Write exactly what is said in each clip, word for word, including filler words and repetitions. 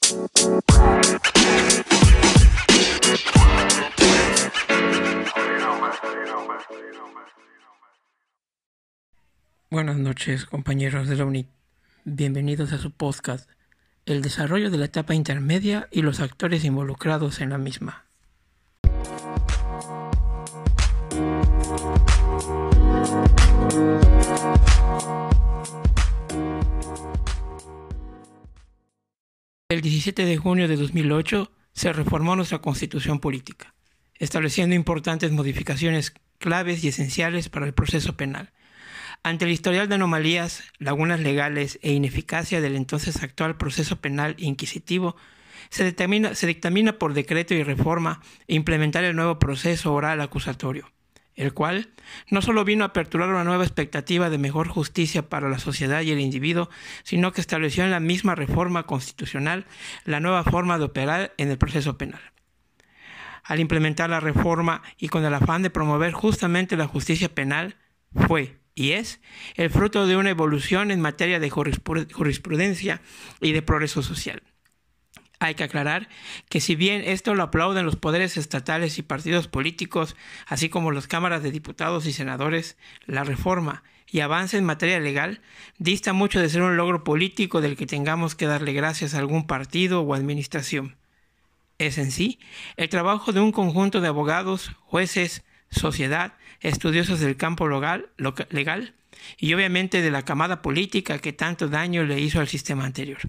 Buenas noches, compañeros de la U N I T. Bienvenidos a su podcast, el desarrollo de la etapa intermedia y los actores involucrados en la misma. El diecisiete de junio de dos mil ocho se reformó nuestra Constitución Política, estableciendo importantes modificaciones claves y esenciales para el proceso penal. Ante el historial de anomalías, lagunas legales e ineficacia del entonces actual proceso penal inquisitivo, se, determina, se dictamina por decreto y reforma implementar el nuevo proceso oral acusatorio, el cual no solo vino a aperturar una nueva expectativa de mejor justicia para la sociedad y el individuo, sino que estableció en la misma reforma constitucional la nueva forma de operar en el proceso penal. Al implementar la reforma y con el afán de promover justamente la justicia penal, fue y es el fruto de una evolución en materia de jurisprudencia y de progreso social. Hay que aclarar que si bien esto lo aplauden los poderes estatales y partidos políticos, así como las cámaras de diputados y senadores, la reforma y avance en materia legal dista mucho de ser un logro político del que tengamos que darle gracias a algún partido o administración. Es en sí el trabajo de un conjunto de abogados, jueces, sociedad, estudiosos del campo legal, legal y obviamente de la camada política que tanto daño le hizo al sistema anterior.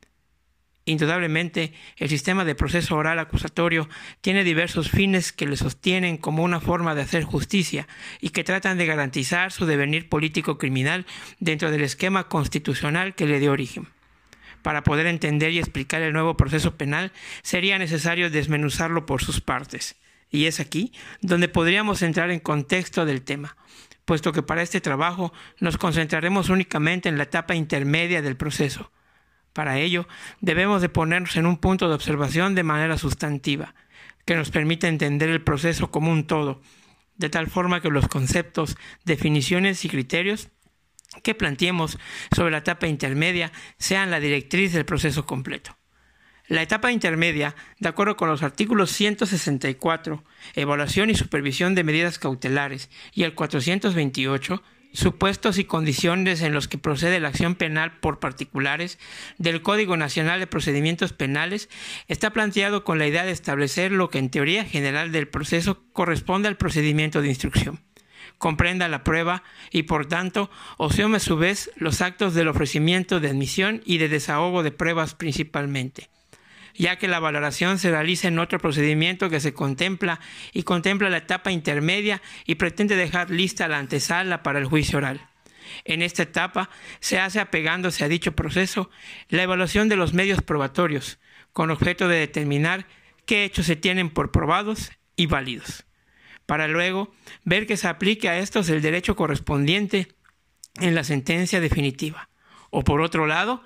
Indudablemente, el sistema de proceso oral acusatorio tiene diversos fines que le sostienen como una forma de hacer justicia y que tratan de garantizar su devenir político-criminal dentro del esquema constitucional que le dio origen. Para poder entender y explicar el nuevo proceso penal, sería necesario desmenuzarlo por sus partes. Y es aquí donde podríamos entrar en contexto del tema, puesto que para este trabajo nos concentraremos únicamente en la etapa intermedia del proceso. Para ello, debemos de ponernos en un punto de observación de manera sustantiva, que nos permita entender el proceso como un todo, de tal forma que los conceptos, definiciones y criterios que planteemos sobre la etapa intermedia sean la directriz del proceso completo. La etapa intermedia, de acuerdo con los artículos ciento sesenta y cuatro, evaluación y supervisión de medidas cautelares, y el cuatrocientos veintiocho, supuestos y condiciones en los que procede la acción penal por particulares del Código Nacional de Procedimientos Penales, está planteado con la idea de establecer lo que en teoría general del proceso corresponde al procedimiento de instrucción, comprenda la prueba y, por tanto, opcione a su vez los actos del ofrecimiento de admisión y de desahogo de pruebas principalmente, ya que la valoración se realiza en otro procedimiento que se contempla y contempla la etapa intermedia y pretende dejar lista la antesala para el juicio oral. En esta etapa se hace apegándose a dicho proceso la evaluación de los medios probatorios, con objeto de determinar qué hechos se tienen por probados y válidos, para luego ver que se aplique a estos el derecho correspondiente en la sentencia definitiva, o por otro lado,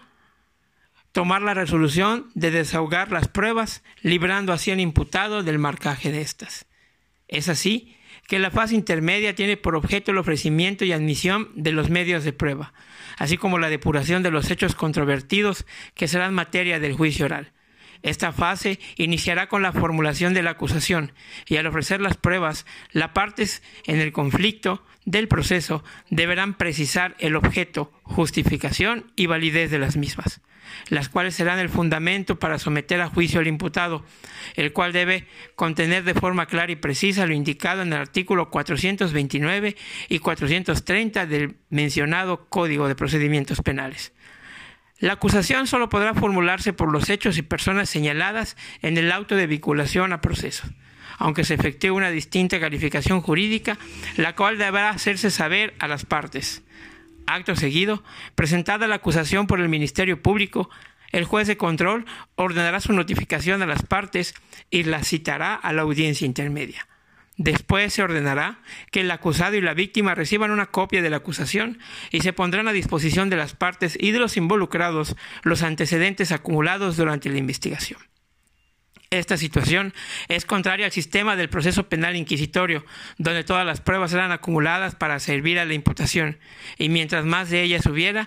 tomar la resolución de desahogar las pruebas, librando así al imputado del marcaje de estas. Es así que la fase intermedia tiene por objeto el ofrecimiento y admisión de los medios de prueba, así como la depuración de los hechos controvertidos que serán materia del juicio oral. Esta fase iniciará con la formulación de la acusación y al ofrecer las pruebas, las partes en el conflicto del proceso deberán precisar el objeto, justificación y validez de las mismas, las cuales serán el fundamento para someter a juicio al imputado, el cual debe contener de forma clara y precisa lo indicado en el artículo cuatrocientos veintinueve y cuatrocientos treinta del mencionado Código de Procedimientos Penales. La acusación solo podrá formularse por los hechos y personas señaladas en el auto de vinculación a proceso, aunque se efectúe una distinta calificación jurídica, la cual deberá hacerse saber a las partes. Acto seguido, presentada la acusación por el Ministerio Público, el juez de control ordenará su notificación a las partes y las citará a la audiencia intermedia. Después se ordenará que el acusado y la víctima reciban una copia de la acusación y se pondrán a disposición de las partes y de los involucrados los antecedentes acumulados durante la investigación. Esta situación es contraria al sistema del proceso penal inquisitorio, donde todas las pruebas eran acumuladas para servir a la imputación, y mientras más de ellas hubiera,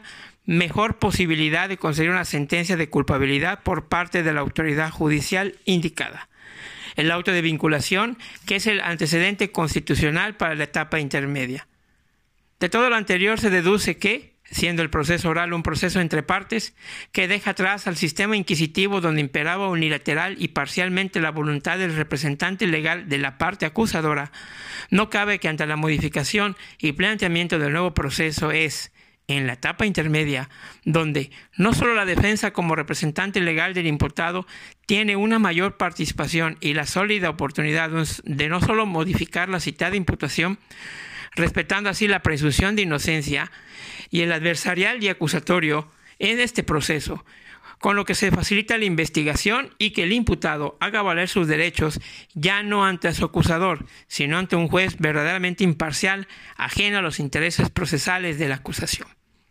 mejor posibilidad de conseguir una sentencia de culpabilidad por parte de la autoridad judicial indicada. El auto de vinculación, que es el antecedente constitucional para la etapa intermedia. De todo lo anterior se deduce que, siendo el proceso oral un proceso entre partes, que deja atrás al sistema inquisitivo donde imperaba unilateral y parcialmente la voluntad del representante legal de la parte acusadora, no cabe que ante la modificación y planteamiento del nuevo proceso es, en la etapa intermedia, donde no solo la defensa como representante legal del imputado tiene una mayor participación y la sólida oportunidad de no solo modificar la citada imputación, respetando así la presunción de inocencia y el adversarial y acusatorio en este proceso, con lo que se facilita la investigación y que el imputado haga valer sus derechos ya no ante su acusador, sino ante un juez verdaderamente imparcial, ajeno a los intereses procesales de la acusación.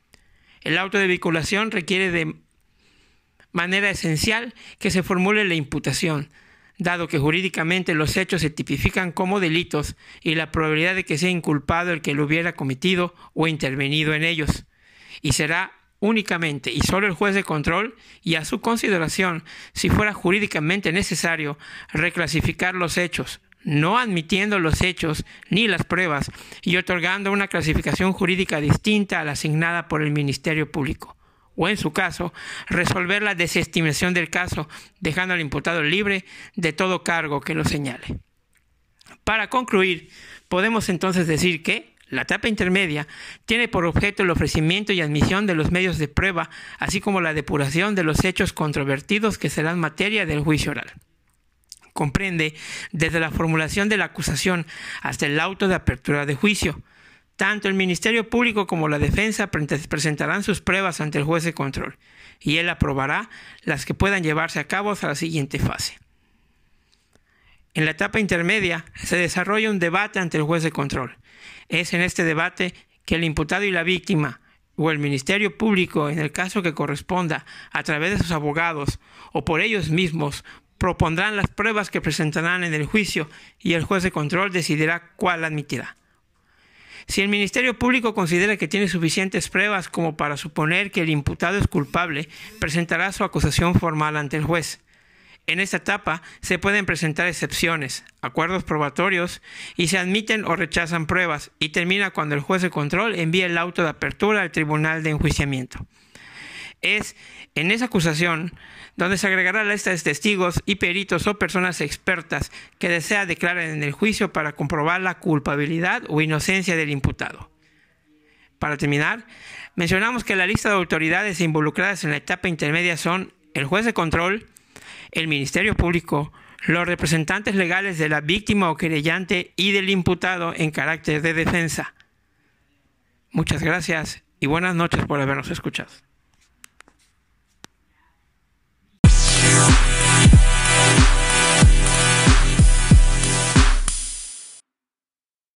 El auto de vinculación requiere de manera esencial que se formule la imputación, dado que jurídicamente los hechos se tipifican como delitos y la probabilidad de que sea inculpado el que lo hubiera cometido o intervenido en ellos, y será únicamente y solo el juez de control y a su consideración, si fuera jurídicamente necesario, reclasificar los hechos, no admitiendo los hechos ni las pruebas y otorgando una clasificación jurídica distinta a la asignada por el Ministerio Público, o en su caso, resolver la desestimación del caso, dejando al imputado libre de todo cargo que lo señale. Para concluir, podemos entonces decir que la etapa intermedia tiene por objeto el ofrecimiento y admisión de los medios de prueba, así como la depuración de los hechos controvertidos que serán materia del juicio oral. Comprende desde la formulación de la acusación hasta el auto de apertura de juicio. Tanto el Ministerio Público como la defensa presentarán sus pruebas ante el juez de control, y él aprobará las que puedan llevarse a cabo hasta la siguiente fase. En la etapa intermedia se desarrolla un debate ante el juez de control. Es en este debate que el imputado y la víctima, o el Ministerio Público, en el caso que corresponda, a través de sus abogados o por ellos mismos, propondrán las pruebas que presentarán en el juicio y el juez de control decidirá cuál admitirá. Si el Ministerio Público considera que tiene suficientes pruebas como para suponer que el imputado es culpable, presentará su acusación formal ante el juez. En esta etapa se pueden presentar excepciones, acuerdos probatorios y se admiten o rechazan pruebas, y termina cuando el juez de control envía el auto de apertura al tribunal de enjuiciamiento. Es en esa acusación donde se agregará la lista de testigos y peritos o personas expertas que desea declarar en el juicio para comprobar la culpabilidad o inocencia del imputado. Para terminar, mencionamos que la lista de autoridades involucradas en la etapa intermedia son el juez de control, el Ministerio Público, los representantes legales de la víctima o querellante y del imputado en carácter de defensa. Muchas gracias y buenas noches por habernos escuchado.